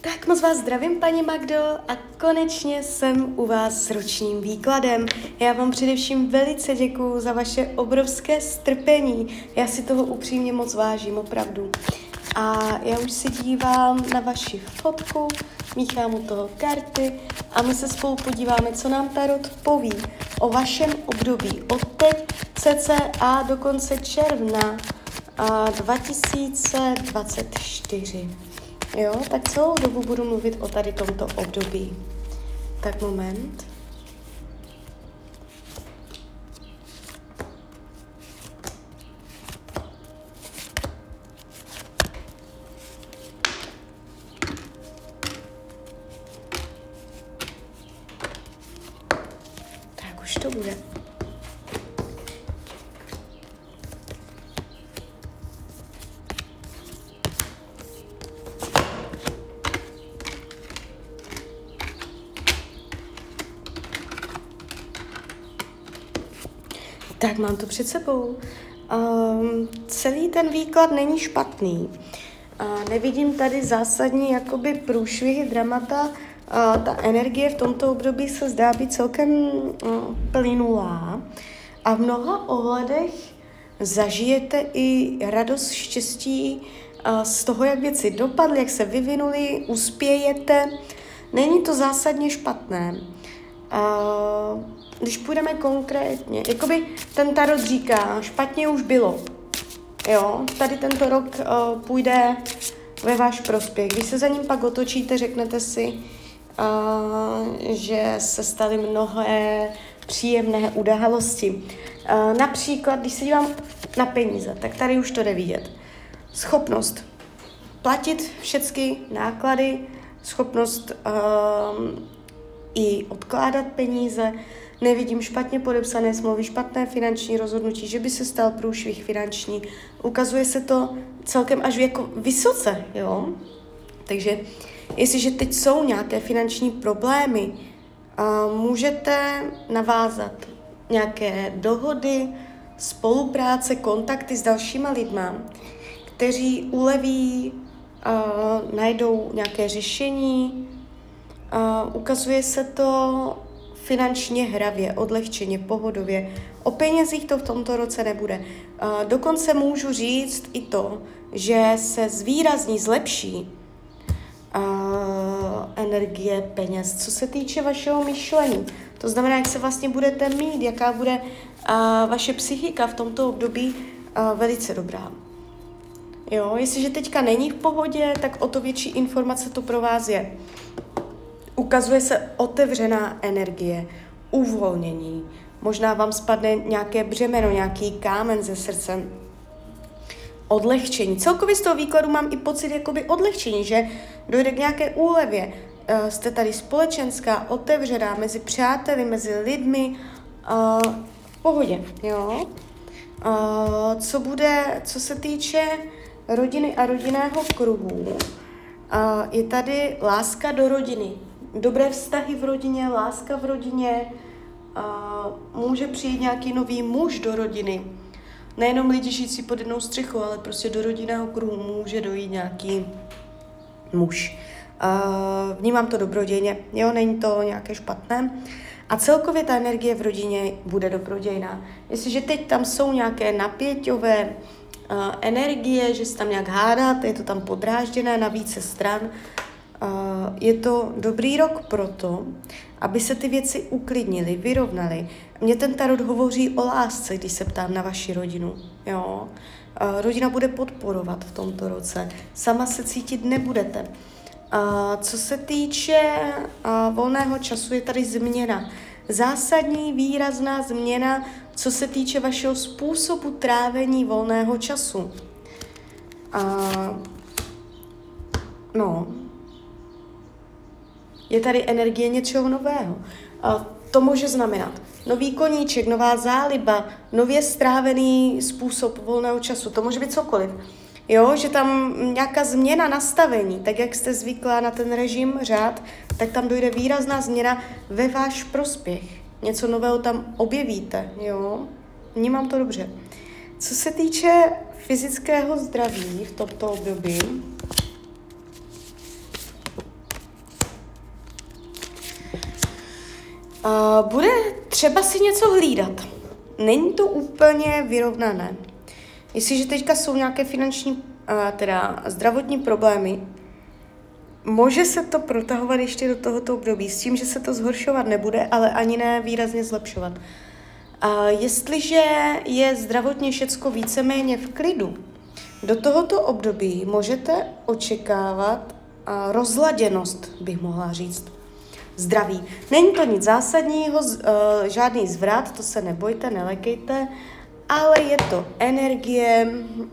Tak moc vás zdravím, paní Magdo, a konečně jsem u vás s ročním výkladem. Já vám především velice děkuju za vaše obrovské strpení. Já si toho upřímně moc vážím, opravdu. A já už se dívám na vaši fotku, míchám u toho karty a my se spolu podíváme, co nám tarot poví o vašem období od teď cca do konce června 2024. Jo, tak celou dobu budu mluvit o tady tomto období. Tak moment. Tak už to bude. Tak mám to před sebou. Celý ten výklad není špatný. Nevidím tady zásadní jakoby průšvihy, dramata. Ta energie v tomto období se zdá být celkem plynulá a v mnoha ohledech zažijete i radost, štěstí z toho, jak věci dopadly, jak se vyvinuly, uspějete. Není to zásadně špatné. Když půjdeme konkrétně, jakoby ten tarot říká, špatně už bylo. Jo, tady tento rok půjde ve váš prospěch. Když se za ním pak otočíte, řeknete si, že se staly mnohé příjemné události. Například, když se dívám na peníze, tak tady už to jde vidět. Schopnost platit všechny náklady, schopnost i odkládat peníze, nevidím špatně podepsané smlouvy, špatné finanční rozhodnutí, že by se stal průšvih finanční. Ukazuje se to celkem až jako vysoce, jo? Takže jestliže teď jsou nějaké finanční problémy, můžete navázat nějaké dohody, spolupráce, kontakty s dalšíma lidma, kteří uleví, najdou nějaké řešení. Ukazuje se to finančně hravě, odlehčeně, pohodově. O penězích to v tomto roce nebude. Dokonce můžu říct i to, že se zvýrazní, zlepší energie peněz, co se týče vašeho myšlení. To znamená, jak se vlastně budete mít, jaká bude vaše psychika v tomto období velice dobrá. Jo, jestliže teďka není v pohodě, tak o to větší informace to pro vás je. Ukazuje se otevřená energie, uvolnění. Možná vám spadne nějaké břemeno, nějaký kámen ze srdce. Odlehčení. Celkově z toho výkladu mám i pocit jakoby odlehčení, že dojde k nějaké úlevě. Jste tady společenská, otevřená mezi přáteli, mezi lidmi. V pohodě, jo. Co se týče rodiny a rodinného kruhu, je tady láska do rodiny. Dobré vztahy v rodině, láska v rodině, může přijít nějaký nový muž do rodiny. Nejenom lidi žijící pod jednou střechou, ale prostě do rodinného kruhu může dojít nějaký muž. Vnímám to dobrodějně, jo, není to nějaké špatné. A celkově ta energie v rodině bude dobrodějná. Jestliže teď tam jsou nějaké napěťové energie, že se tam nějak hádáte, je to tam podrážděné na více stran, je to dobrý rok proto, aby se ty věci uklidnily, vyrovnaly. Mně ten tarot hovoří o lásce, když se ptám na vaši rodinu. Jo? Rodina bude podporovat v tomto roce. Sama se cítit nebudete. Co se týče volného času, je tady změna. Zásadní, výrazná změna, co se týče vašeho způsobu trávení volného času. Je tady energie něčeho nového. To může znamenat nový koníček, nová záliba, nově strávený způsob volného času. To může být cokoliv. Jo, že tam nějaká změna nastavení, tak jak jste zvyklá na ten režim, řád, tak tam dojde výrazná změna ve váš prospěch. Něco nového tam objevíte, jo. Vnímám to dobře. Co se týče fyzického zdraví v tomto období, Bude třeba si něco hlídat. Není to úplně vyrovnané. Jestliže teďka jsou nějaké finanční, teda zdravotní problémy, může se to protahovat ještě do tohoto období s tím, že se to zhoršovat nebude, ale ani ne výrazně zlepšovat. Jestliže je zdravotně všecko víceméně v klidu, do tohoto období můžete očekávat rozladěnost, bych mohla říct. Zdraví. Není to nic zásadního, žádný zvrat, to se nebojte, nelekejte, ale je to energie,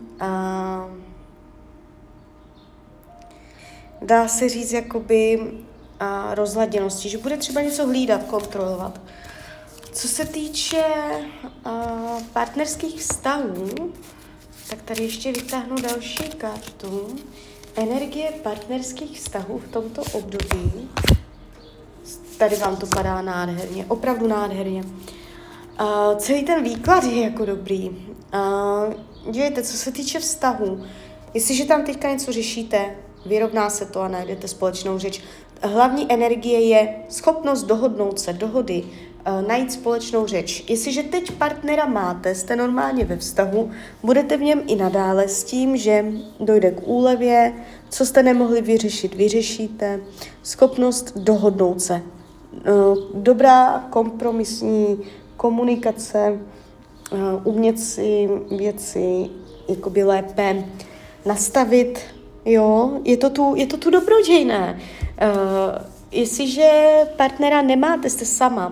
dá se říct jakoby rozladěnosti, že bude třeba něco hlídat, kontrolovat. Co se týče partnerských vztahů, tak tady ještě vytáhnu další kartu. Energie partnerských vztahů v tomto období. Tady vám to padá nádherně, opravdu nádherně. Celý ten výklad je jako dobrý. Dívejte, co se týče vztahů, jestliže tam teďka něco řešíte, vyrovná se to a najdete společnou řeč. Hlavní energie je schopnost dohodnout se, dohody, najít společnou řeč. Jestliže teď partnera máte, jste normálně ve vztahu, budete v něm i nadále s tím, že dojde k úlevě, co jste nemohli vyřešit, vyřešíte. Schopnost dohodnout se. Dobrá kompromisní komunikace, umět si věci jakoby lépe nastavit, jo, je to tu dobrodějné. Jestliže partnera nemáte, jste sama,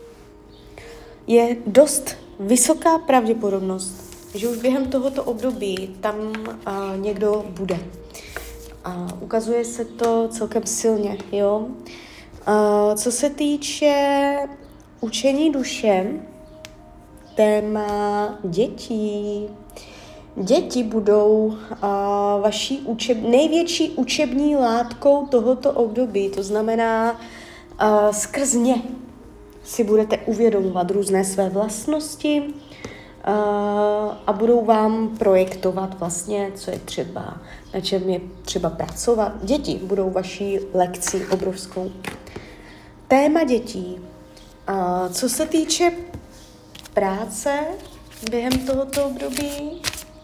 je dost vysoká pravděpodobnost, že už během tohoto období tam někdo bude. Ukazuje se to celkem silně, jo. Co se týče učení duše, téma dětí. Děti budou vaší největší učební látkou tohoto období, to znamená skrz ně si budete uvědomovat různé své vlastnosti a budou vám projektovat vlastně, co je třeba, na čem je třeba pracovat. Děti budou vaší lekcí obrovskou. Téma dětí. Co se týče práce během tohoto období,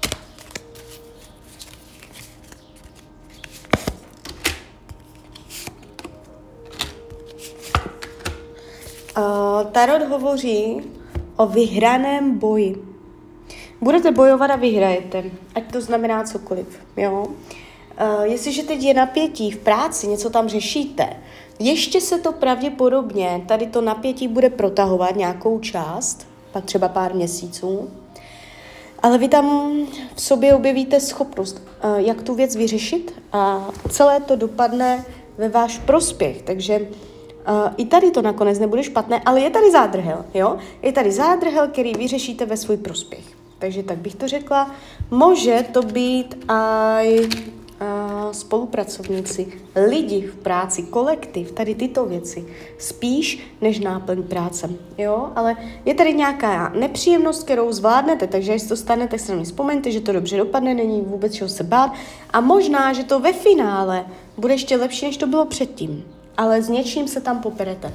Tarot hovoří o vyhraném boji. Budete bojovat a vyhrajete, ať to znamená cokoliv, jo. Jestliže teď je napětí v práci, něco tam řešíte, ještě se to pravděpodobně, tady to napětí bude protahovat nějakou část, pak třeba pár měsíců, ale vy tam v sobě objevíte schopnost, jak tu věc vyřešit a celé to dopadne ve váš prospěch, takže i tady to nakonec nebude špatné, ale je tady zádrhel, jo? Je tady zádrhel, který vyřešíte ve svůj prospěch. Takže tak bych to řekla. Může to být i spolupracovníci, lidi v práci, kolektiv, tady tyto věci, spíš než náplň práce, jo? Ale je tady nějaká nepříjemnost, kterou zvládnete, takže až to stane, tak se na mě vzpomeňte, že to dobře dopadne, není vůbec čeho se bát a možná, že to ve finále bude ještě lepší, než to bylo předtím. Ale s něčím se tam poperete.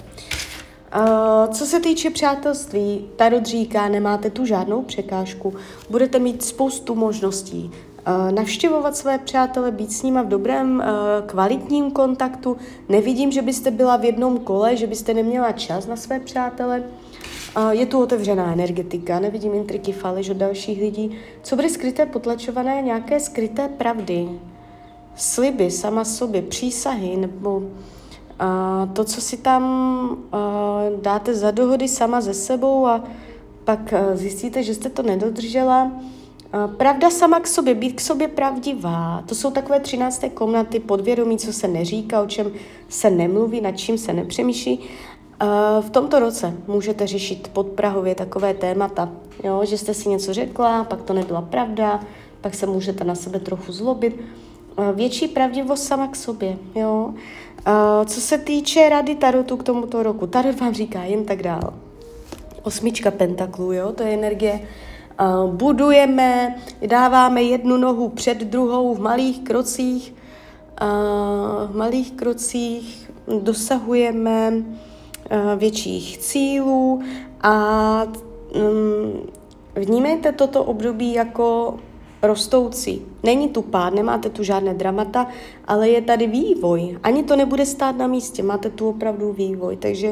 Co se týče přátelství, Tarot říká, nemáte tu žádnou překážku, budete mít spoustu možností. Navštěvovat své přátele, být s nima v dobrém, kvalitním kontaktu. Nevidím, že byste byla v jednom kole, že byste neměla čas na své přátele. Je tu otevřená energetika, nevidím intriky, faleš od dalších lidí. Co bude skryté, potlačované, nějaké skryté pravdy, sliby sama sobě, přísahy, nebo to, co si tam dáte za dohody sama ze sebou a pak zjistíte, že jste to nedodržela. Pravda sama k sobě, být k sobě pravdivá. To jsou takové 13. komnaty podvědomí, co se neříká, o čem se nemluví, nad čím se nepřemýšlí. V tomto roce můžete řešit podprahově takové témata, jo? Že jste si něco řekla, pak to nebyla pravda, pak se můžete na sebe trochu zlobit. Větší pravdivost sama k sobě, jo. Co se týče rady Tarotu k tomuto roku, Tarot vám říká jen tak dál. 8 pentaklů, jo, to je energie. Budujeme, dáváme jednu nohu před druhou v malých krocích dosahujeme větších cílů a vnímejte toto období jako rostoucí. Není tu pád, nemáte tu žádné dramata, ale je tady vývoj. Ani to nebude stát na místě, máte tu opravdu vývoj. Takže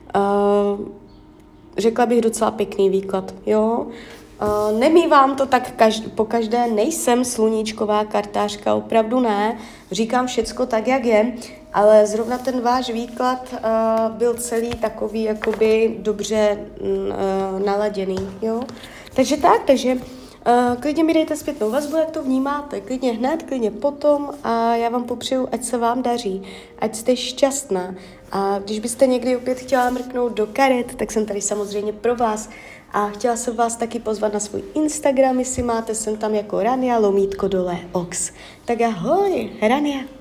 řekla bych docela pěkný výklad. Jo? Nemývám to tak po každé, nejsem sluníčková kartářka, opravdu ne. Říkám všecko tak, jak je, ale zrovna ten váš výklad byl celý takový jakoby dobře naladěný. Jo? Takže klidně mi dejte zpětnou vazbu, jak to vnímáte. Klidně hned, klidně potom a já vám popřeju, ať se vám daří, ať jste šťastná. A když byste někdy opět chtěla mrknout do karet, tak jsem tady samozřejmě pro vás. A chtěla jsem vás taky pozvat na svůj Instagram, jestli máte, jsem tam jako Rania _Ox. Tak ahoj, Rania.